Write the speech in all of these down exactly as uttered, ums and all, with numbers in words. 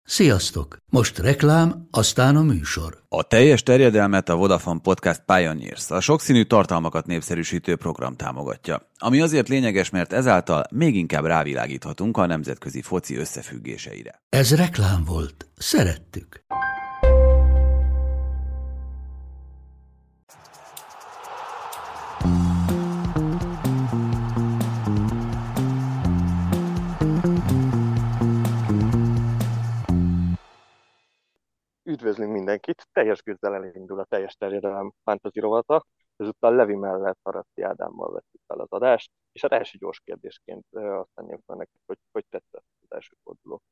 Sziasztok! Most reklám, aztán a műsor. A teljes terjedelmet a Vodafone Podcast Pioneers, a sokszínű tartalmakat népszerűsítő program támogatja, ami azért lényeges, mert ezáltal még inkább rávilágíthatunk a nemzetközi foci összefüggéseire. Ez reklám volt. Szerettük. Üdvözlünk mindenkit! Teljes gőzzel elindul a teljes terjedelem fantasy rovata. Ezúttal Levi mellett Haraszti Ádámmal vettük fel az adást, és hát első gyors kérdésként azt mondjuk meg nekik, hogy hogy tetszett az első forduló.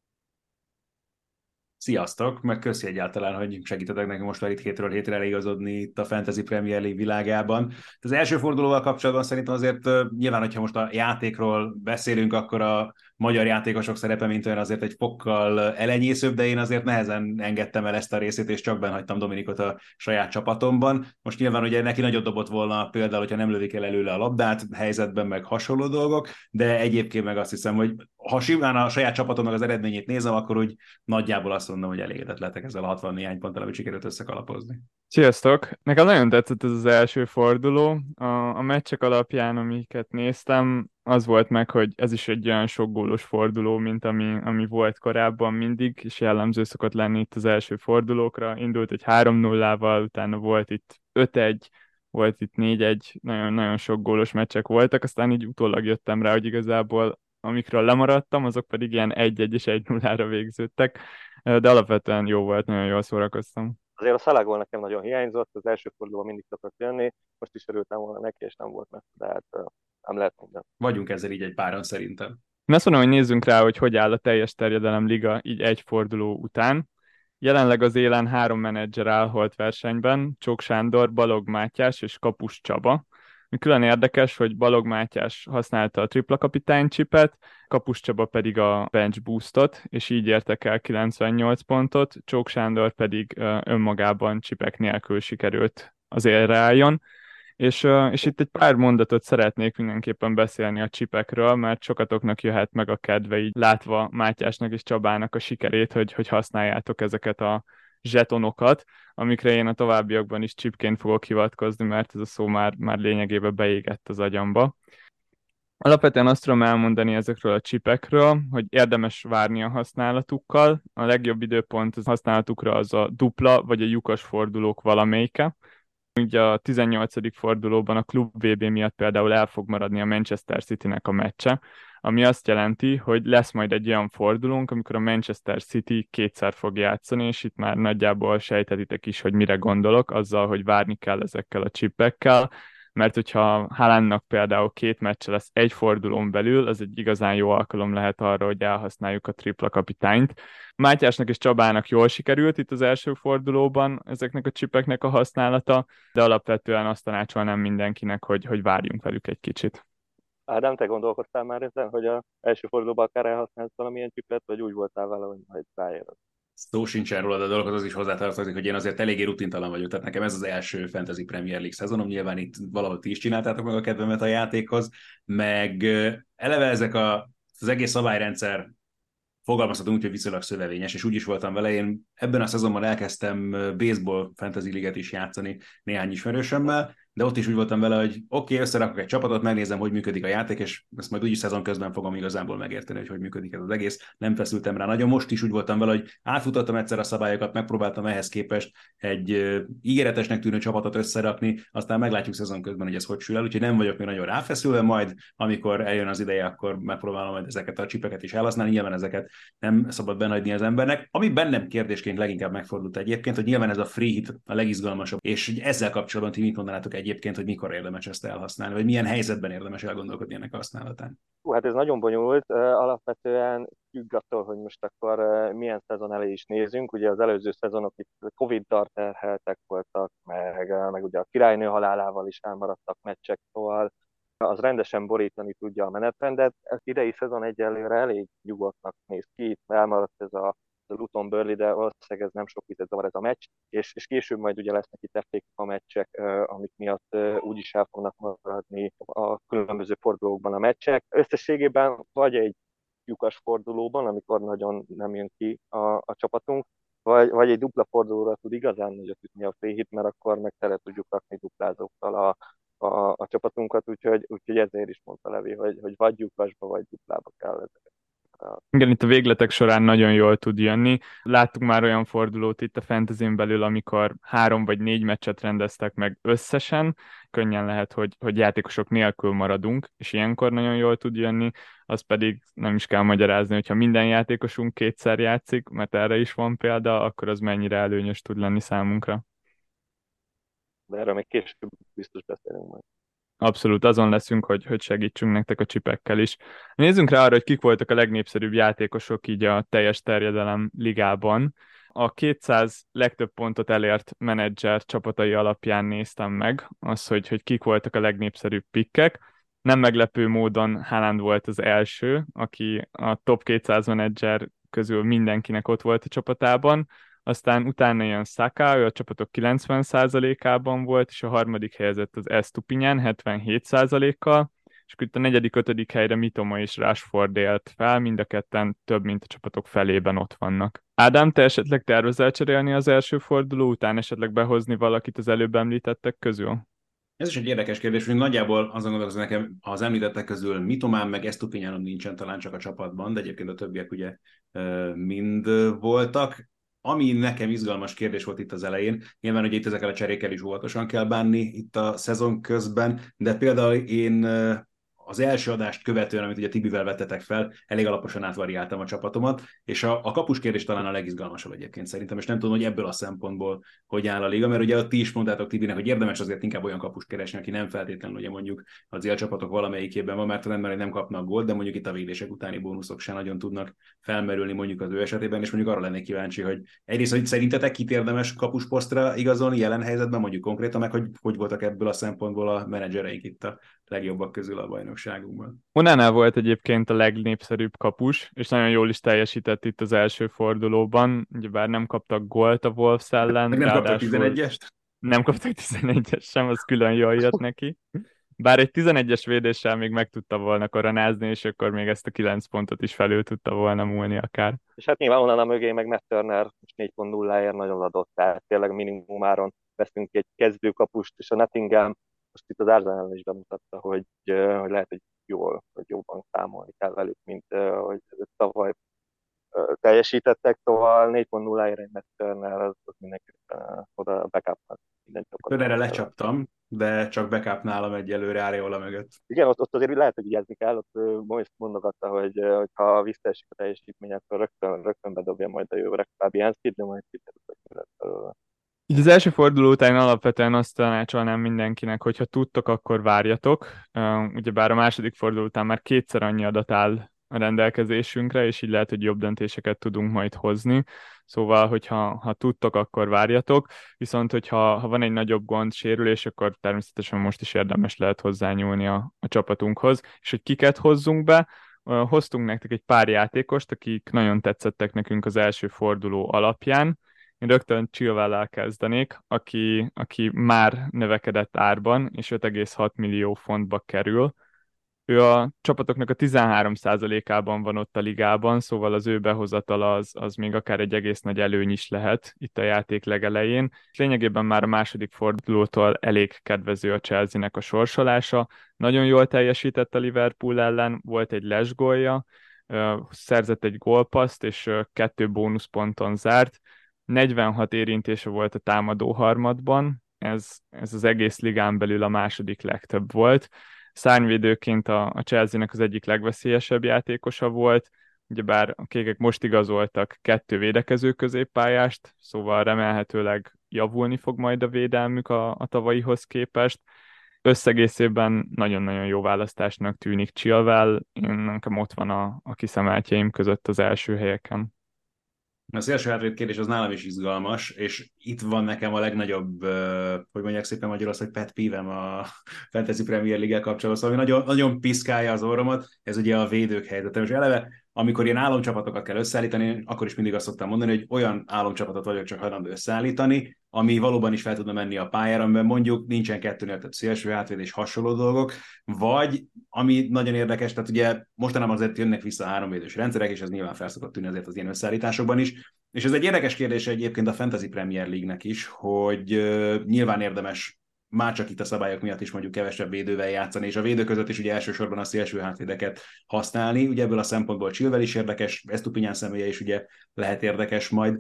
Sziasztok, meg köszi egyáltalán, hogy segítetek nekem most már itt hétről hétre eligazodni itt a Fantasy Premier League világában. Az első fordulóval kapcsolatban szerintem azért nyilván, hogyha most a játékról beszélünk, akkor a magyar játékosok szerepe, mint olyan azért egy fokkal elenyészőbb, de én azért nehezen engedtem el ezt a részét, és csak bennhagytam Dominikot a saját csapatomban. Most nyilván ugye neki nagyot dobott volna például, hogyha nem lövik el előle a labdát, helyzetben meg hasonló dolgok, de egyébként meg azt hiszem, hogy ha simán a saját csapatomnak az eredményét nézem, akkor úgy nagyjából azt mondom, hogy elégedett lettek ezzel a hatvan néhány ponttal, amit sikerült összekalapozni. Sziasztok! Nekem nagyon tetszett ez az első forduló. A, a meccsek alapján, amiket néztem, az volt meg, hogy ez is egy olyan sok gólos forduló, mint ami, ami volt korábban mindig, és jellemző szokott lenni itt az első fordulókra. Indult egy három nullával, utána volt itt öt egy, volt itt négy egy, nagyon, nagyon sok gólos meccsek voltak, aztán így utólag jöttem rá, hogy igazából amikről lemaradtam, azok pedig ilyen egy egy és egy nullára végződtek, de alapvetően jó volt, nagyon jól szórakoztam. Azért a szalágol nekem nagyon hiányzott, az első fordulóban mindig szokott jönni, most is örültem volna neki, és nem volt meg, de hát nem lehet minden. Vagyunk ezzel így egy páran szerintem. Én azt mondom, hogy nézzünk rá, hogy hogy áll a teljes terjedelem liga így egy forduló után. Jelenleg az élen három menedzser áll holt versenyben, Csók Sándor, Balog Mátyás és Kapus Csaba. Külön érdekes, hogy Balog Mátyás használta a tripla kapitány csipet, Kapus Csaba pedig a bench boostot, és így értek el kilencvennyolc pontot, Csók Sándor pedig önmagában csipek nélkül sikerült az élre álljon. És, és itt egy pár mondatot szeretnék mindenképpen beszélni a csipekről, mert sokatoknak jöhet meg a kedve így látva Mátyásnak és Csabának a sikerét, hogy, hogy használjátok ezeket a zsetonokat, amikre én a továbbiakban is chipként fogok hivatkozni, mert ez a szó már, már lényegében beégett az agyamba. Alapvetően azt tudom elmondani ezekről a csipekről, hogy érdemes várni a használatukkal. A legjobb időpont az használatukra az a dupla vagy a lyukas fordulók valamelyike. Ugye a tizennyolcadik fordulóban a Klub vé bé miatt például el fog maradni a Manchester Citynek a meccse, ami azt jelenti, hogy lesz majd egy olyan fordulónk, amikor a Manchester City kétszer fog játszani, és itt már nagyjából sejthetitek is, hogy mire gondolok, azzal, hogy várni kell ezekkel a chipekkel, mert hogyha Haalandnak például két meccse lesz egy fordulón belül, az egy igazán jó alkalom lehet arra, hogy elhasználjuk a tripla kapitányt. Mátyásnak és Csabának jól sikerült itt az első fordulóban ezeknek a csipeknek a használata, de alapvetően azt tanácsolnám mindenkinek, hogy, hogy várjunk velük egy kicsit. Ádám, te gondolkodtál már ezen, hogy az első fordulóban akár elhasználsz valamilyen csipet, vagy úgy voltál vele, hogy majd ráérod? Szó sincsen róla, de a dologhoz az is hozzátartozik, hogy én azért eléggé rutintalan vagyok, tehát nekem ez az első Fantasy Premier League szezonom, nyilván itt valahol ti is csináltátok meg a kedvemet a játékhoz, meg eleve ezek a, az egész szabályrendszer fogalmazhatunk úgy, hogy viszonylag szövevényes, és úgy is voltam vele, én ebben a szezonban elkezdtem baseball fantasy liget is játszani néhány ismerősömmel, de ott is úgy voltam vele, hogy oké, okay, összerakok egy csapatot, megnézem, hogy működik a játék, és ezt majd úgyis szezon közben fogom igazából megérteni, hogy hogy működik ez az egész. Nem feszültem rá nagyon. Most is úgy voltam vele, hogy átfutottam egyszer a szabályokat, megpróbáltam ehhez képest egy uh, ígéretesnek tűnő csapatot összerakni, aztán meglátjuk szezon közben, hogy ez hogy sül el, úgyhogy nem vagyok még nagyon ráfeszülve, majd amikor eljön az ideje, akkor megpróbálom majd ezeket a csipeket is elhasználni. Nyilván ezeket nem szabad benhagyni az embernek. Ami bennem kérdésként leginkább megfordult egyébként, hogy nyilván ez a free hit a legizgalmasabb, és ezzel kapcsolatban ti mit mondanátok egyébként, hogy mikor érdemes ezt elhasználni, vagy milyen helyzetben érdemes elgondolkodni ennek a használatán? Hú, hát ez nagyon bonyolult, alapvetően függ attól, hogy most akkor milyen szezon elé is nézünk. Ugye az előző szezonok itt Covid-dal terheltek voltak, meg, meg ugye a királynő halálával is elmaradtak meccsek, szóval az rendesen borítani tudja a menetrendet. Az idei szezon egyelőre elég nyugodtnak néz ki, elmaradt ez a a Luton Burnley, de valószínűleg ez nem sok vizet zavar ez a meccs, és, és később majd ugye lesznek itt ef á a meccsek, amik miatt úgyis el fognak maradni a különböző fordulókban a meccsek. Összességében vagy egy lyukas fordulóban, amikor nagyon nem jön ki a, a csapatunk, vagy, vagy egy dupla fordulóra tud igazán nagyot ütni a free hit, mert akkor meg tele tudjuk rakni duplázókkal a, a, a csapatunkat, úgyhogy, úgyhogy ezért is mondta Levi, hogy, hogy vagy lyukasba, vagy duplába kell ezeket. Igen, itt a végletek során nagyon jól tud jönni. Láttuk már olyan fordulót itt a fantasyn belül, amikor három vagy négy meccset rendeztek meg összesen. Könnyen lehet, hogy, hogy játékosok nélkül maradunk, és ilyenkor nagyon jól tud jönni. Az pedig nem is kell magyarázni, hogyha minden játékosunk kétszer játszik, mert erre is van példa, akkor az mennyire előnyös tud lenni számunkra. De erről még később biztos beszélünk majd. Abszolút, azon leszünk, hogy, hogy segítsünk nektek a csipekkel is. Nézzünk rá arra, hogy kik voltak a legnépszerűbb játékosok így a teljes terjedelem ligában. A kétszáz legtöbb pontot elért menedzser csapatai alapján néztem meg az, hogy, hogy kik voltak a legnépszerűbb pikkek. Nem meglepő módon Haaland volt az első, aki a top kétszáz menedzser közül mindenkinek ott volt a csapatában. Aztán utána jön Saka, ő a csapatok kilencven százalékában volt, és a harmadik helyezett az Estupiñán hetvenhét százalékkal, és itt a negyedik, ötödik helyre Mitoma és Rashford élt fel, mind a ketten több, mint a csapatok felében ott vannak. Ádám, te esetleg tervezel cserélni az első forduló után, esetleg behozni valakit az előbb említettek közül? Ez is egy érdekes kérdés, hogy nagyjából azon gondolkozom, nekem az említettek közül Mitomán meg Estupiñánon nincsen talán csak a csapatban, de egyébként a többiek ugye mind voltak. Ami nekem izgalmas kérdés volt itt az elején, nyilván, hogy itt ezekkel a cserékkel is óvatosan kell bánni itt a szezon közben, de például én az első adást követően, amit ugye Tibivel vettetek fel, elég alaposan átvariáltam a csapatomat, és a, a kapus kérdés talán a legizgalmasabb egyébként szerintem, és nem tudom, hogy ebből a szempontból hogy áll a liga, mert ugye ott ti is mondtátok Tibinek, hogy érdemes azért inkább olyan kapust keresni, aki nem feltétlenül ugye mondjuk az élcsapatok valamelyikében van, mert nem, mert nem kapnak gólt, de mondjuk itt a védések utáni bónuszok sem nagyon tudnak felmerülni mondjuk az ő esetében, és mondjuk arra lennék kíváncsi, hogy egyrészt, hogy szerintetek kit érdemes kapusposztra igazolni jelen helyzetben, mondjuk konkrétan, meg hogy hogy voltak ebből a szempontból a menedzsereink itt a legjobbak közül a bajnokságunkban. Onana volt egyébként a legnépszerűbb kapus, és nagyon jól is teljesített itt az első fordulóban, ugyebár nem kaptak gólt a Wolves ellen. Meg nem kaptak tizenegyest? Nem kaptak tizenegyest sem, az külön jól jött neki. Bár egy tizenegyes védéssel még meg tudta volna koronázni, és akkor még ezt a kilenc pontot is felül tudta volna múlni akár. És hát nyilván onnan a mögé meg Matt Turner most négy pont nulláért nagyon adott, tehát tényleg minimumáron veszünk egy kezdőkapust, és a Nottingham most itt az Arsenal is bemutatta, hogy, hogy lehet, hogy jól, hogy jobban számolni kell velük, mint hogy tavaly teljesítettek, szóval négy pont nulláért egy Matt Turner, az, az mindenképpen oda backupnak minden csapat. Erre lecsaptam, de csak backup nálam egyelőre Areola mögött. Igen, ott, ott azért lehet, hogy vigyázni kell, ott Moist mondogatta, hogy ha visszaesik a teljesítmény, akkor rögtön, rögtön bedobja majd a jövőre Fabianskit, de majd kiderül, hogy mi lesz belőle. Így az első forduló után alapvetően azt tanácsolnám mindenkinek, hogy ha tudtok, akkor várjatok. Uh, ugyebár a második forduló után már kétszer annyi adat áll a rendelkezésünkre, és így lehet, hogy jobb döntéseket tudunk majd hozni. Szóval, hogyha ha tudtok, akkor várjatok. Viszont, hogyha ha van egy nagyobb gond, sérülés, akkor természetesen most is érdemes lehet hozzányúlni a, a csapatunkhoz. És hogy kiket hozzunk be, uh, hoztunk nektek egy pár játékost, akik nagyon tetszettek nekünk az első forduló alapján. Én rögtön Chilwell-lel kezdenék, aki, aki már növekedett árban, és öt egész hat millió fontba kerül. Ő a csapatoknak a tizenhárom százalékában van ott a ligában, szóval az ő behozatala az, az még akár egy egész nagy előny is lehet itt a játék legelején. Lényegében már a második fordulótól elég kedvező a Chelsea-nek a sorsolása. Nagyon jól teljesített a Liverpool ellen, volt egy lesgólja, szerzett egy gólpasszt, és kettő bónuszponton zárt. negyvenhat érintése volt a támadó harmadban, ez, ez az egész ligán belül a második legtöbb volt. Szárnyvédőként a, a Chelsea-nek az egyik legveszélyesebb játékosa volt, ugyebár a kékek most igazoltak kettő védekező középpályást, szóval remélhetőleg javulni fog majd a védelmük a, a tavalyihoz képest. Összegészében nagyon-nagyon jó választásnak tűnik Chilwell, én nekem ott van a, a kiszemeltjeim között az első helyeken. A szélső hátvéd kérdés az nálam is izgalmas, és itt van nekem a legnagyobb, uh, hogy mondják szépen magyarul, hogy pet peeve-em a Fantasy Premier League-el kapcsolatban, szóval nagyon, nagyon piszkálja az orromat, ez ugye a védők helyzete. És eleve, amikor ilyen álomcsapatokat kell összeállítani, akkor is mindig azt szoktam mondani, hogy olyan álomcsapatot vagyok csak hajlandó összeállítani, ami valóban is fel tudna menni a pályára, amiben mondjuk nincsen kettőnél több szélső hátvéd és hasonló dolgok, vagy ami nagyon érdekes, tehát ugye mostanában azért jönnek vissza a háromvédős rendszerek, és ez nyilván fel szokott tűnni azért az ilyen összeállításokban is, és ez egy érdekes kérdés egyébként a Fantasy Premier League-nek is, hogy uh, nyilván érdemes már csak itt a szabályok miatt is mondjuk kevesebb védővel játszani, és a védő között is ugye elsősorban a szélső hátvédeket használni. Ugye ebből a szempontból Chilwell is érdekes, Estupiñán személye is ugye lehet érdekes majd,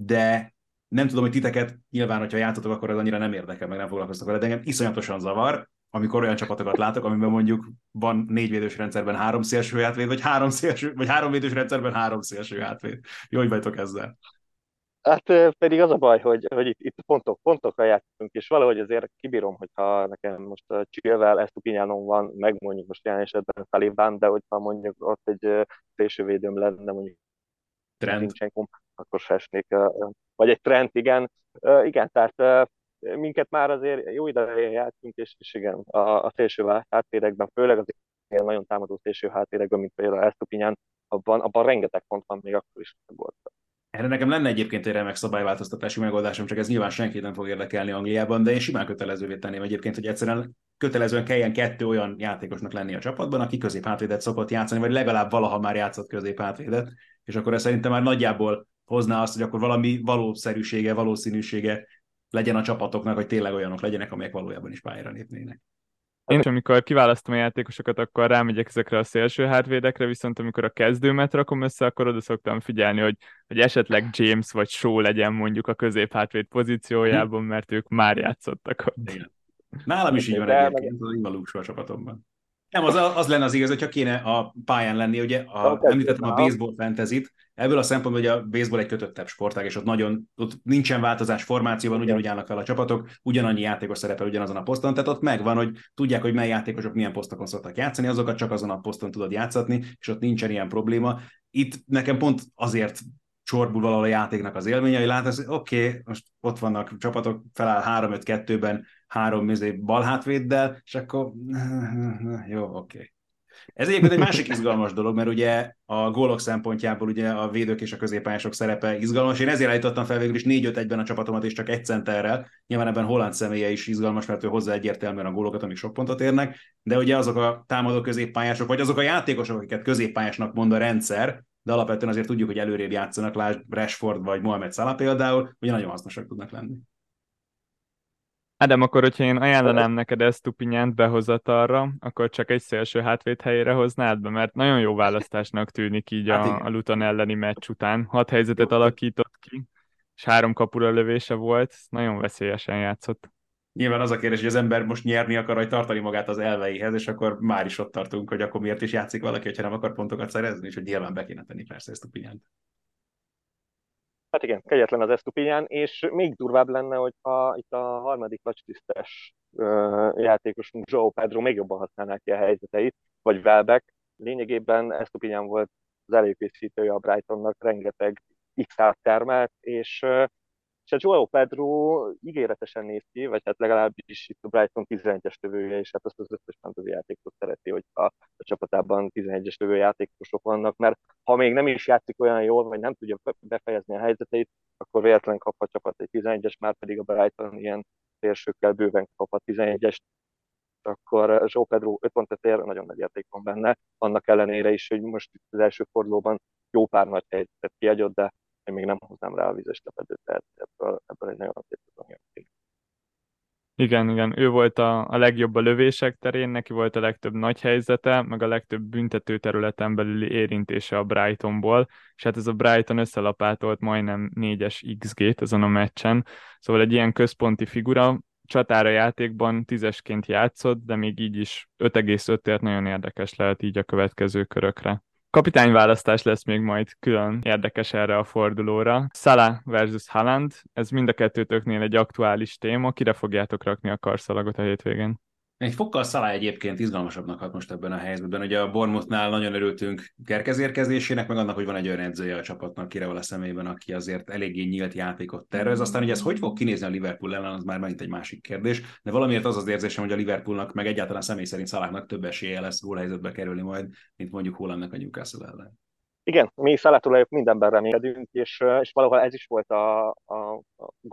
de nem tudom, hogy titeket nyilván, hogyha játszotok, akkor ez annyira nem érdekel, meg nem foglalkoztok vele, de engem iszonyatosan zavar, amikor olyan csapatokat látok, amiben mondjuk van négy védős rendszerben három szélső hátvéd, vagy három szélső, vagy három védős rendszerben három szélső hátvéd. Jó, hogy vagytok ezzel? Hát pedig az a baj, hogy, hogy itt, itt pontok, pontokkal játszunk, és valahogy azért kibírom, hogyha nekem most a Chilwell, Estupiñánon van, meg mondjuk most jelen esetben Saliban, de hogyha mondjuk ott egy szélsővédőm lenne, mondjuk Zinchenko, akkor festnék, vagy egy Trent, igen. Igen, tehát minket már azért jó ideje játszunk, és, és igen, a, a szélső hátvédekben, főleg az ilyen nagyon támadó szélső hátvédekben, mint például Estupiñán, abban, abban rengeteg pont van, még akkor is volt. Erre nekem lenne egyébként egy remek szabályváltoztatási megoldásom, csak ez nyilván senkit nem fog érdekelni Angliában, de én simán kötelezővé tenném egyébként, hogy egyszerűen kötelezően kelljen kettő olyan játékosnak lenni a csapatban, aki középhátvédet szokott játszani, vagy legalább valaha már játszott középhátvédet, és akkor ez szerintem már nagyjából hozná azt, hogy akkor valami valószerűsége, valószínűsége legyen a csapatoknak, hogy tényleg olyanok legyenek, amelyek valójában is pályára lépnének. Én is, amikor kiválasztom a játékosokat, akkor rámegyek ezekre a szélső hátvédekre, viszont amikor a kezdőmet rakom össze, akkor oda szoktam figyelni, hogy, hogy esetleg James vagy Shaw legyen mondjuk a középhátvéd pozíciójában, mert ők már játszottak ott. Igen. Nálam is így van egyébként, az Ivalúksó a csapatomban. Nem, az, az lenne az igaz, hogyha kéne a pályán lenni, ugye a, említettem a baseball fantasyt, ebből a szempontból, hogy a baseball egy kötöttebb sportág, és ott nagyon ott nincsen változás formációban, ugyanúgy állnak fel a csapatok, ugyanannyi játékos szerepel ugyanazon a poszton, tehát ott megvan, hogy tudják, hogy mely játékosok milyen posztokon szoktak játszani, azokat csak azon a poszton tudod játszatni, és ott nincsen ilyen probléma. Itt nekem pont azért csorbul valahol a játéknak az élménye, hogy látsz, hogy oké, okay, most ott vannak csapatok, feláll három öt kettőben, három balhátvéddel, és akkor jó, oké. Okay. Ez egyébként egy másik izgalmas dolog, mert ugye a gólok szempontjából ugye a védők és a középpályások szerepe izgalmas. Én ezért állítottam fel végül is négy öt egyben a csapatomat, és csak egy centerrel. Nyilván ebben Holland személye is izgalmas, mert ő hozzá egyértelműen a gólokat, amik sok pontot érnek, de ugye azok a támadó középpályások, vagy azok a játékosok, akiket középpályásnak mond a rendszer, de alapvetően azért tudjuk, hogy előrébb játszanak, lásd Rashford vagy Mohamed Salah például, ugye nagyon hasznosak tudnak lenni. Ádám, akkor, hogyha én ajánlanám neked Estupiñánt behozatalra, akkor csak egy szélső hátvéd helyére hoznád be, mert nagyon jó választásnak tűnik így hát a, a Luton elleni meccs után. Hat helyzetet jó. alakított ki, és három kapura lövése volt, nagyon veszélyesen játszott. Nyilván az a kérdés, hogy az ember most nyerni akar, vagy tartani magát az elveihez, és akkor már is ott tartunk, hogy akkor miért is játszik valaki, hogyha nem akar pontokat szerezni, és hogy nyilván be kéne tenni persze Estupiñánt. Hát igen, kegyetlen az Estupiñán, és még durvább lenne, hogyha itt a harmadik vacsitisztes játékosunk João Pedro még jobban használná ki a helyzeteit, vagy Welbeck. Lényegében Estupiñán volt az előkészítője a Brightonnak, rengeteg X-át termelt, és, és a João Pedro ígéretesen néz ki, vagy hát legalábbis itt a Brighton tizenegyes tövője, és hát azt az összes fantasy játékot szereti, hogy a, a csapatában tizenegyes tövő játékosok vannak, mert ha még nem is játszik olyan jól, vagy nem tudja befejezni a helyzeteit, akkor véletlen kap a csapat egy tizenegyes, már pedig a Brighton ilyen térsőkkel bőven kap a tizenegyest, akkor João Pedro öt pontot ér, nagyon nagy érték van benne, annak ellenére is, hogy most az első fordulóban jó pár nagy helyzetet kiadott, de én még nem hoznám rá a vizes lepedőt, tehát ebből, ebből egy nagyon nagy tudom. Igen, igen, ő volt a, a legjobb a lövések terén, neki volt a legtöbb nagy helyzete, meg a legtöbb büntető területen belüli érintése a Brightonból, és hát ez a Brighton összelapátolt majdnem négyes iksz gét azon a meccsen, szóval egy ilyen központi figura, csatára játékban tízesként játszott, de még így is öt egész ötért nagyon érdekes lehet így a következő körökre. Kapitányválasztás lesz még majd külön érdekes erre a fordulóra. Salah versus Haaland, ez mind a kettőtöknél egy aktuális téma, kire fogjátok rakni a karszalagot a hétvégén? Egy fokkal Salah egyébként izgalmasabbnak hat most ebben a helyzetben. Ugye a Bournemouthnál nagyon örültünk Kerkez érkezésének, meg annak, hogy van egy olyan edzője a csapatnak, Kirewell a személyben, aki azért eléggé nyílt játékot tervez. Aztán ugye ez hogy fog kinézni a Liverpool ellen, az már megint egy másik kérdés, de valamiért az az érzésem, hogy a Liverpoolnak, meg egyáltalán személy szerint Salahnak több esélye lesz gólhelyzetbe kerülni majd, mint mondjuk Haalandnak a Newcastle ellen. Igen, mi Salahtól mindenben reménykedünk, és, és valahol ez is volt a, a, a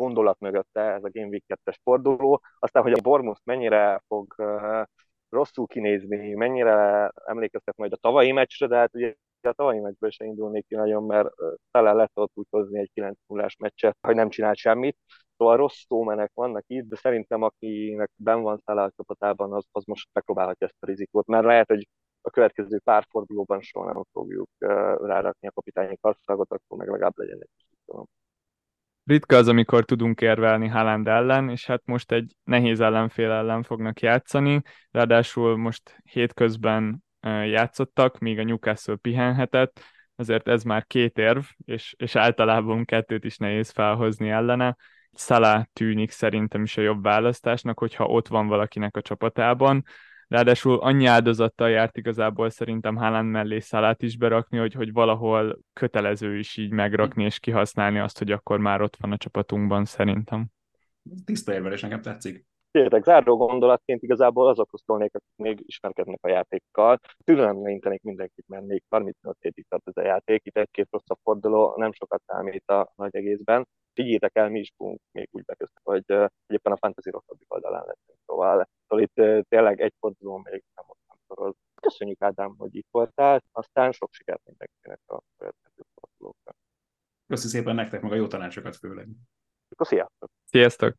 gondolat mögötte ez a Game Week kettes forduló. Aztán, hogy a Bournemouth mennyire fog rosszul kinézni, mennyire emlékeztet majd a tavalyi meccsre, de hát ugye a tavalyi meccsből se indulnék ki nagyon, mert Salah le tudott úgy hozni egy kilenc nullás meccset, hogy nem csinált semmit. Szóval rossz szómenek vannak itt, de szerintem akinek benn van Salah a csapatában, az, az most megpróbálhatja ezt a rizikót, mert lehet, hogy a következő pár fordulóban soha nem fogjuk rárakni a kapitányi karszalagot, akkor meg legalább legyen egy kicsit. Ritka az, amikor tudunk érvelni Haaland ellen, és hát most egy nehéz ellenfél ellen fognak játszani, ráadásul most hétközben játszottak, míg a Newcastle pihenhetett, azért ez már két érv, és, és általában kettőt is nehéz felhozni ellene. Salah tűnik szerintem is a jobb választásnak, hogyha ott van valakinek a csapatában, ráadásul annyi áldozattal járt igazából szerintem Haaland mellé Salát is berakni, hogy, hogy valahol kötelező is így megrakni és kihasználni azt, hogy akkor már ott van a csapatunkban szerintem. Tiszta érvelés, nekem tetszik. Tényleg, záró gondolatként igazából azokhoz szólnék, akik még ismerkednek a játékkal. Türelemre intenék mindenkit, mert még harmincnyolc hétig tart ez a játék, itt egy-két rosszabb forduló nem sokat számít a nagy egészben. Figyétek el, mi is fogunk még úgy beközni, hogy uh, éppen a fantasy rosszabbik oldalán leszünk. Szóval, szóval itt uh, tényleg egy forduló még nem ott nem szoroz. Köszönjük, Ádám, hogy itt voltál, aztán sok sikert mindenkinek a következő fordulókra. Köszönöm szépen nektek, meg a jó tanácsokat főleg. Akkor sziasztok! Sziasztok!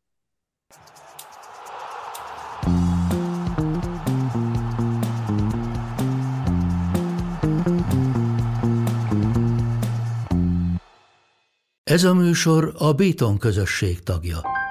Ez a műsor a Béton közösség tagja.